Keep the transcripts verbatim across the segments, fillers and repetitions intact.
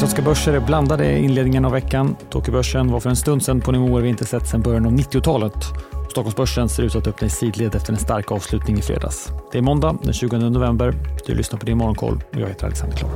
Asiatiska börser är blandade i inledningen av veckan. Tokyobörsen var för en stund sedan på nivåer vi inte sett sedan början av nittiotalet. Stockholmsbörsen ser ut att öppna i sidled efter en stark avslutning i fredags. Det är måndag den tjugonde november. Du lyssnar på din morgonkoll och jag heter Alexander Klar.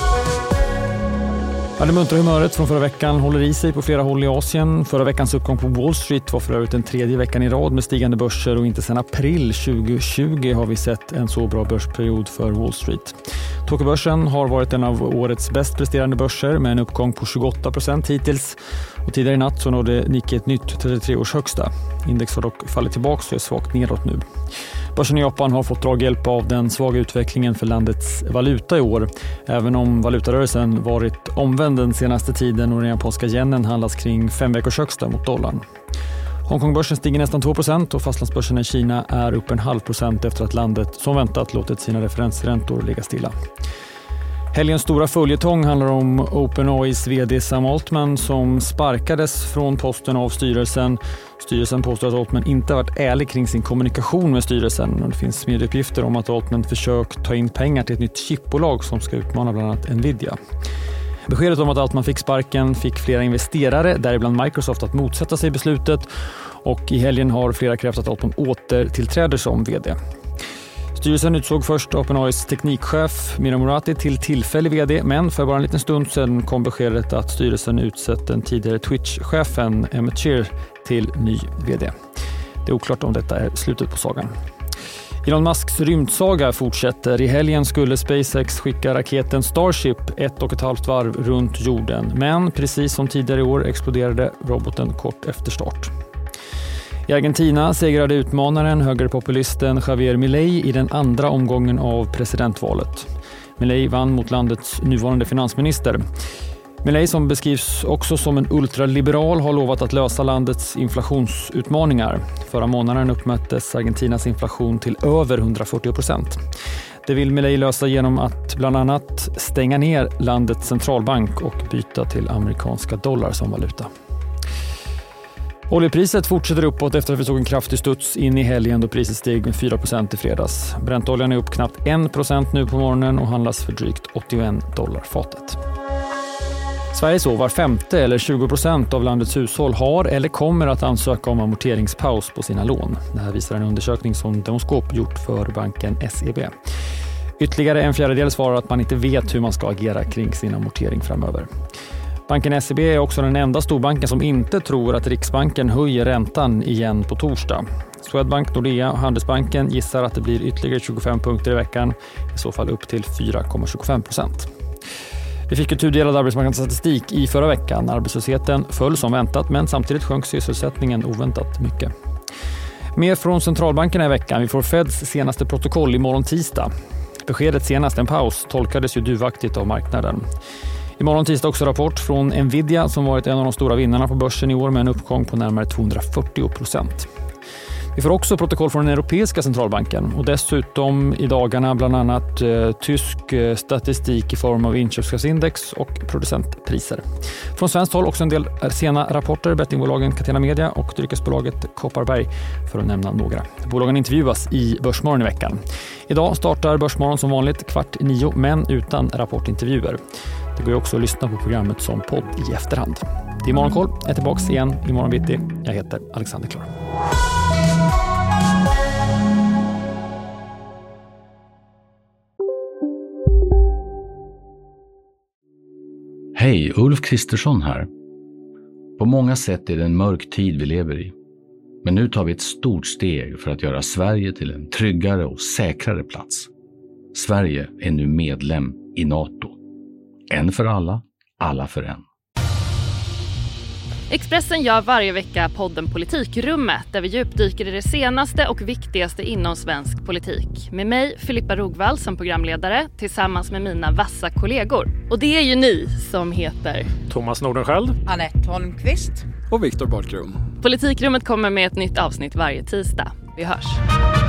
Ja, det muntra humöret från förra veckan håller i sig på flera håll i Asien. Förra veckans uppgång på Wall Street var för övrigt den tredje veckan i rad med stigande börser och inte sedan april tjugohundratjugo har vi sett en så bra börsperiod för Wall Street. Tokyobörsen har varit en av årets bäst presterande börser med en uppgång på tjugoåtta procent hittills. Och tidigare i natt så nådde Nikkei ett nytt trettiotre års högsta. Index har dock fallit tillbaka och är svagt nedåt nu. Börsen i Japan har fått draghjälp av den svaga utvecklingen för landets valuta i år. Även om valutarörelsen varit omvänd den senaste tiden och den japanska yenen handlas kring fem veckors högsta mot dollarn. Hongkongbörsen stiger nästan två procent och fastlandsbörsen i Kina är upp en halv procent efter att landet som väntat låtit sina referensräntor ligga stilla. Helgens stora följetong handlar om OpenAIs vd Sam Altman som sparkades från posten av styrelsen. Styrelsen påstår att Altman inte har varit ärlig kring sin kommunikation med styrelsen. Det finns medieuppgifter om att Altman försökt ta in pengar till ett nytt chipbolag som ska utmana bland annat Nvidia. Beskedet om att Altman fick sparken fick flera investerare, däribland Microsoft, att motsätta sig beslutet och i helgen har flera krävt att Altman återtillträder som vd. Styrelsen utsåg först OpenAIs teknikchef Mira Murati till tillfällig vd, men för bara en liten stund sedan kom beskedet att styrelsen utsett den tidigare Twitch-chefen Emmett Shear till ny vd. Det är oklart om detta är slutet på sagan. Elon Musks rymdsaga fortsätter. I helgen skulle SpaceX skicka raketen Starship ett och ett halvt varv runt jorden. Men precis som tidigare i år exploderade roboten kort efter start. I Argentina segrade utmanaren högerpopulisten Javier Milei i den andra omgången av presidentvalet. Milei vann mot landets nuvarande finansminister. Milei, som beskrivs också som en ultraliberal, har lovat att lösa landets inflationsutmaningar. Förra månaden uppmättes Argentinas inflation till över hundrafyrtio procent. Det vill Milei lösa genom att bland annat stänga ner landets centralbank och byta till amerikanska dollar som valuta. Oljepriset fortsätter uppåt efter att vi såg en kraftig studs in i helgen då priset steg med fyra procent i fredags. Brentoljan är upp knappt en procent nu på morgonen och handlas för drygt åttioen dollar fatet. Sverige så var femte eller tjugo procent av landets hushåll har eller kommer att ansöka om amorteringspaus på sina lån. Det här visar en undersökning som Demoskop gjort för banken S E B. Ytterligare en fjärdedel svarar att man inte vet hur man ska agera kring sin amortering framöver. Banken S E B är också den enda storbanken som inte tror att Riksbanken höjer räntan igen på torsdag. Swedbank, Nordea och Handelsbanken gissar att det blir ytterligare tjugofem punkter i veckan, i så fall upp till fyra komma tjugofem procent. Vi fick ju tudelad arbetsmarknadsstatistik i förra veckan. Arbetslösheten föll som väntat, men samtidigt sjönk sysselsättningen oväntat mycket. Mer från centralbankerna i veckan. Vi får Feds senaste protokoll imorgon tisdag. Beskedet senast en paus tolkades ju duvaktigt av marknaden. Imorgon tisdag också rapport från Nvidia som varit en av de stora vinnarna på börsen i år med en uppgång på närmare tvåhundrafyrtio procent. Vi får också protokoll från den europeiska centralbanken och dessutom i dagarna bland annat eh, tysk eh, statistik i form av inköpschefsindex och producentpriser. Från svenskt håll också en del sena rapporter, bettingbolagen Catena Media och dryckesbolaget Kopparberg för att nämna några. Bolagen intervjuas i Börsmorgon i veckan. Idag startar Börsmorgon som vanligt kvart i nio men utan rapportintervjuer. Det går ju också att lyssna på programmet som podd i efterhand. Det är Morgonkoll, jag är tillbaka igen imorgon bitti. Jag heter Alexander Klar. Hej, Ulf Kristersson här. På många sätt är det en mörk tid vi lever i. Men nu tar vi ett stort steg för att göra Sverige till en tryggare och säkrare plats. Sverige är nu medlem i NATO. En för alla, alla för en. Expressen gör varje vecka podden Politikrummet där vi djupdyker i det senaste och viktigaste inom svensk politik. Med mig, Filippa Rogvall, som programledare tillsammans med mina vassa kollegor. Och det är ju ni som heter Thomas Nordenskjöld, Anette Holmqvist och Viktor Bartkron. Politikrummet kommer med ett nytt avsnitt varje tisdag. Vi hörs.